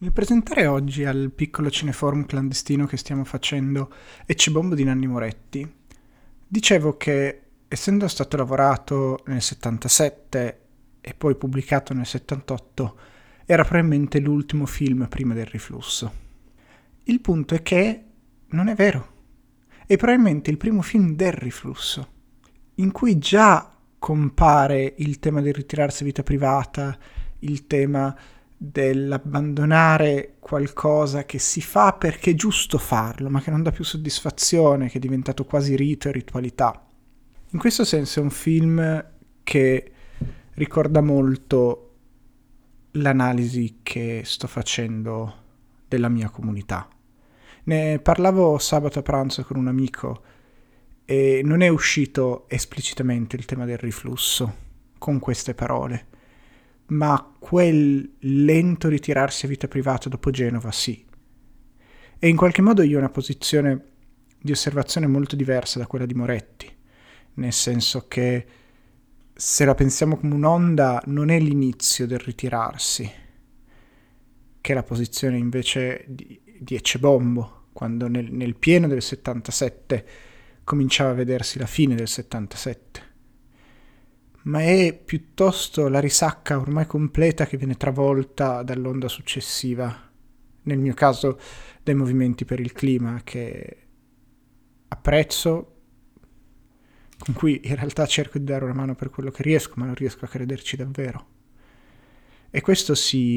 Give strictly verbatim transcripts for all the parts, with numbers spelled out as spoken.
Nel presentare oggi al piccolo cineforum clandestino che stiamo facendo Ecce Bombo di Nanni Moretti, dicevo che, essendo stato lavorato nel settantasette e poi pubblicato nel settantotto, era probabilmente l'ultimo film prima del riflusso. Il punto è che non è vero. È probabilmente il primo film del riflusso, in cui già compare il tema del ritirarsi a vita privata, il tema dell'abbandonare qualcosa che si fa perché è giusto farlo, ma che non dà più soddisfazione, che è diventato quasi rito e ritualità. In questo senso è un film che ricorda molto l'analisi che sto facendo della mia comunità. Ne parlavo sabato a pranzo con un amico e non è uscito esplicitamente il tema del riflusso con queste parole, ma quel lento ritirarsi a vita privata dopo Genova sì. E in qualche modo io ho una posizione di osservazione molto diversa da quella di Moretti, nel senso che se la pensiamo come un'onda non è l'inizio del ritirarsi, che è la posizione invece di, di Ecce Bombo, quando nel, nel pieno del settantasette cominciava a vedersi la fine del settantasette. Ma è piuttosto la risacca ormai completa che viene travolta dall'onda successiva, nel mio caso dai movimenti per il clima, che apprezzo, con cui in realtà cerco di dare una mano per quello che riesco, ma non riesco a crederci davvero. E questo si...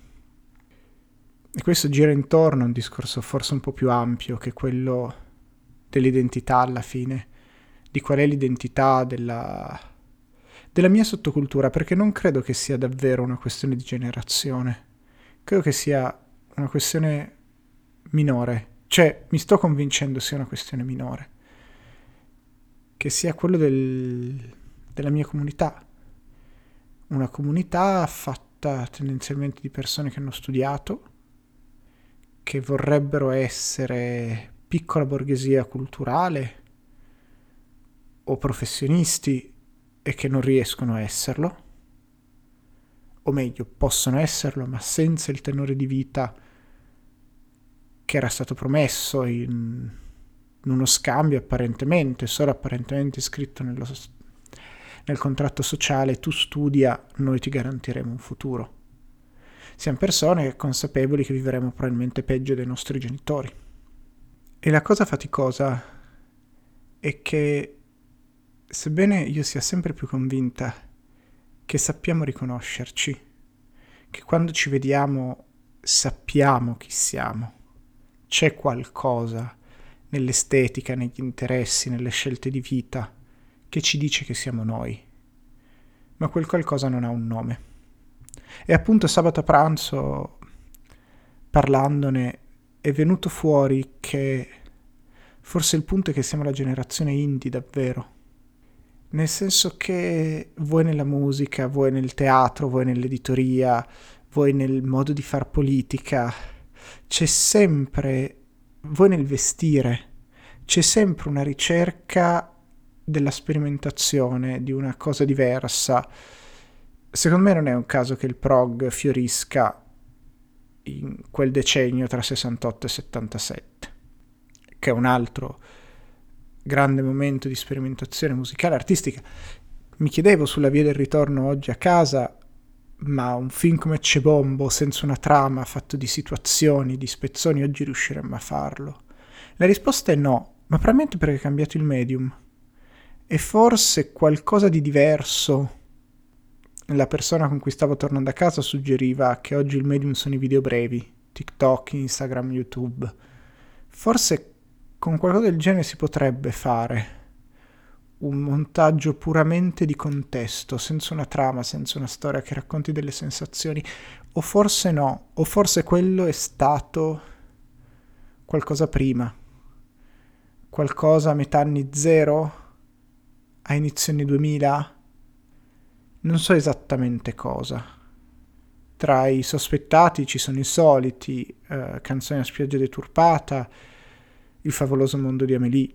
e questo gira intorno a un discorso forse un po' più ampio, che è quello dell'identità alla fine, di qual è l'identità della... della mia sottocultura, perché non credo che sia davvero una questione di generazione. Credo che sia una questione minore. Cioè, mi sto convincendo sia una questione minore. Che sia quello del, della mia comunità. Una comunità fatta tendenzialmente di persone che hanno studiato, che vorrebbero essere piccola borghesia culturale o professionisti, e che non riescono a esserlo, o meglio, possono esserlo, ma senza il tenore di vita che era stato promesso in, in uno scambio apparentemente, solo apparentemente scritto nello, nel contratto sociale: tu studia, noi ti garantiremo un futuro. Siamo persone consapevoli che vivremo probabilmente peggio dei nostri genitori. E la cosa faticosa è che, sebbene io sia sempre più convinta che sappiamo riconoscerci, che quando ci vediamo sappiamo chi siamo, c'è qualcosa nell'estetica, negli interessi, nelle scelte di vita che ci dice che siamo noi, ma quel qualcosa non ha un nome. E appunto sabato a pranzo, parlandone, è venuto fuori che forse il punto è che siamo la generazione indie davvero. Nel senso che vuoi nella musica, vuoi nel teatro, vuoi nell'editoria, vuoi nel modo di far politica, c'è sempre, vuoi nel vestire, c'è sempre una ricerca della sperimentazione, di una cosa diversa. Secondo me non è un caso che il prog fiorisca in quel decennio tra sessantotto e settantasette, che è un altro grande momento di sperimentazione musicale, artistica. Mi chiedevo sulla via del ritorno oggi a casa, ma un film come Ecce Bombo, senza una trama, fatto di situazioni, di spezzoni, oggi riusciremmo a farlo? La risposta è no, ma probabilmente perché è cambiato il medium. E forse qualcosa di diverso. La persona con cui stavo tornando a casa suggeriva che oggi il medium sono i video brevi, TikTok, Instagram, YouTube. Forse con qualcosa del genere si potrebbe fare un montaggio puramente di contesto, senza una trama, senza una storia che racconti delle sensazioni, o forse no, o forse quello è stato qualcosa prima, qualcosa a metà anni zero, a inizio anni duemila, non so esattamente cosa. Tra i sospettati ci sono i soliti, eh, Canzoni a spiaggia deturpata, Il favoloso mondo di Amélie.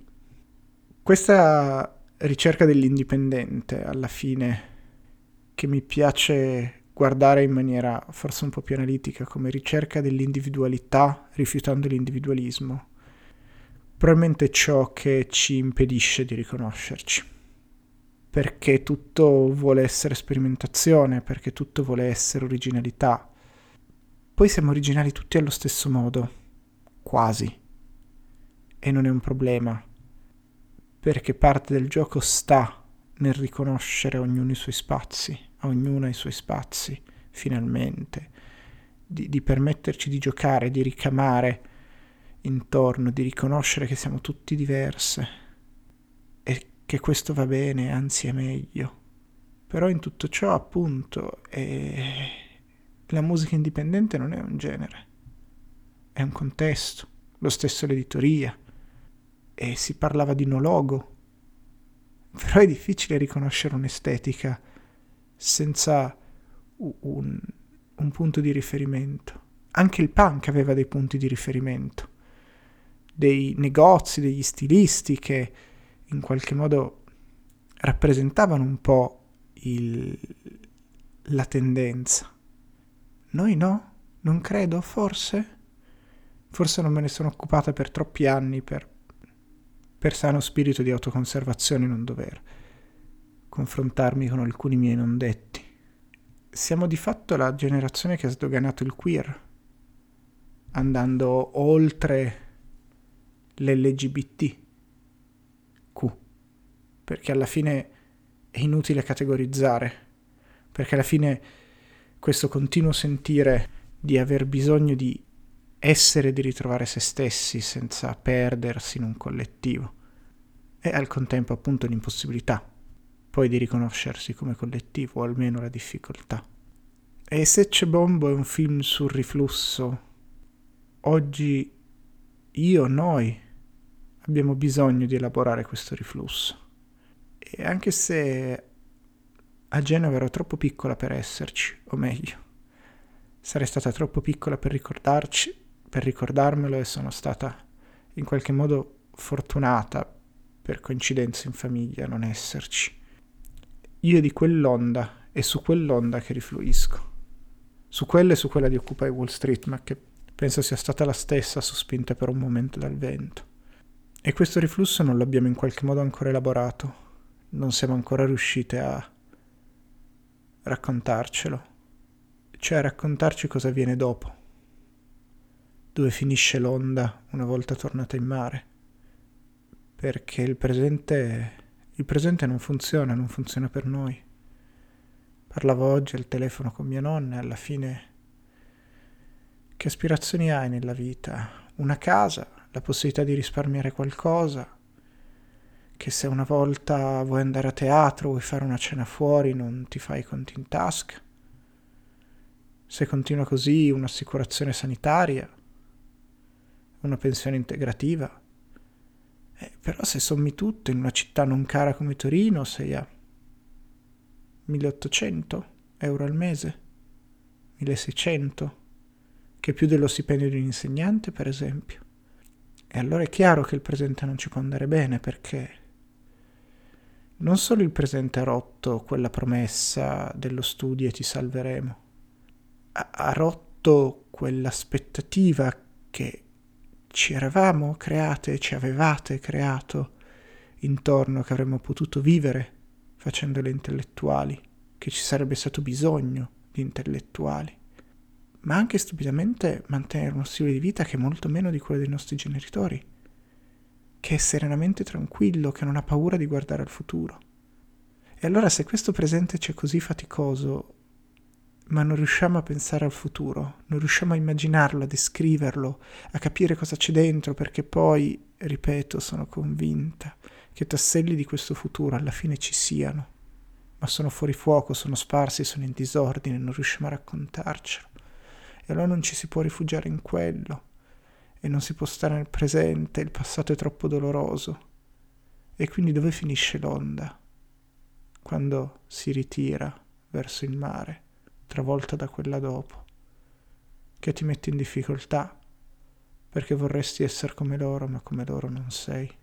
Questa ricerca dell'indipendente, alla fine, che mi piace guardare in maniera forse un po' più analitica come ricerca dell'individualità rifiutando l'individualismo, probabilmente è ciò che ci impedisce di riconoscerci, perché tutto vuole essere sperimentazione, perché tutto vuole essere originalità. Poi siamo originali tutti allo stesso modo, quasi, e non è un problema, perché parte del gioco sta nel riconoscere a ognuno i suoi spazi, a ognuno i suoi spazi, finalmente, di, di permetterci di giocare, di ricamare intorno, di riconoscere che siamo tutti diversi e che questo va bene, anzi è meglio. Però in tutto ciò, appunto, è... la musica indipendente non è un genere, è un contesto, lo stesso l'editoria, e si parlava di no logo. Però è difficile riconoscere un'estetica senza un, un punto di riferimento. Anche il punk aveva dei punti di riferimento, dei negozi, degli stilisti che in qualche modo rappresentavano un po' il, la tendenza. Noi no? Non credo, forse? Forse non me ne sono occupata per troppi anni per, per sano spirito di autoconservazione non dover confrontarmi con alcuni miei non detti. Siamo di fatto la generazione che ha sdoganato il queer, andando oltre l'L G B T Q, perché alla fine è inutile categorizzare, perché alla fine questo continuo sentire di aver bisogno di essere e di ritrovare se stessi senza perdersi in un collettivo e al contempo appunto l'impossibilità poi di riconoscersi come collettivo, o almeno la difficoltà. E se c'è Bombo è un film sul riflusso, oggi io, noi abbiamo bisogno di elaborare questo riflusso. E anche se a Genova ero troppo piccola per esserci, o meglio, sarei stata troppo piccola per ricordarci, per ricordarmelo, e sono stata in qualche modo fortunata per coincidenza in famiglia a non esserci. Io di quell'onda è su quell'onda che rifluisco, su quella e su quella di Occupy Wall Street, ma che penso sia stata la stessa sospinta per un momento dal vento. E questo riflusso non l'abbiamo in qualche modo ancora elaborato, non siamo ancora riuscite a raccontarcelo, cioè a raccontarci cosa viene dopo, dove finisce l'onda una volta tornata in mare, perché il presente, il presente non funziona, non funziona per noi. Parlavo oggi al telefono con mia nonna e alla fine che aspirazioni hai nella vita? Una casa, la possibilità di risparmiare qualcosa, che se una volta vuoi andare a teatro, vuoi fare una cena fuori, non ti fai i conti in tasca. Se continua così, un'assicurazione sanitaria, una pensione integrativa. Eh, però se sommi tutto in una città non cara come Torino sei a milleottocento euro al mese, milleseicento, che è più dello stipendio di un insegnante, per esempio. E allora è chiaro che il presente non ci può andare bene, perché non solo il presente ha rotto quella promessa dello studio e ti salveremo, ha, ha rotto quell'aspettativa che ci eravamo create, ci avevate creato intorno, che avremmo potuto vivere facendo le intellettuali, che ci sarebbe stato bisogno di intellettuali, ma anche stupidamente mantenere uno stile di vita che è molto meno di quello dei nostri genitori, che è serenamente tranquillo, che non ha paura di guardare al futuro. E allora se questo presente ci è così faticoso, ma non riusciamo a pensare al futuro, non riusciamo a immaginarlo, a descriverlo, a capire cosa c'è dentro, perché poi, ripeto, sono convinta che tasselli di questo futuro alla fine ci siano, ma sono fuori fuoco, sono sparsi, sono in disordine, non riusciamo a raccontarcelo. E allora non ci si può rifugiare in quello, e non si può stare nel presente, il passato è troppo doloroso. E quindi dove finisce l'onda? Quando si ritira verso il mare, travolta da quella dopo, che ti mette in difficoltà, perché vorresti essere come loro, ma come loro non sei.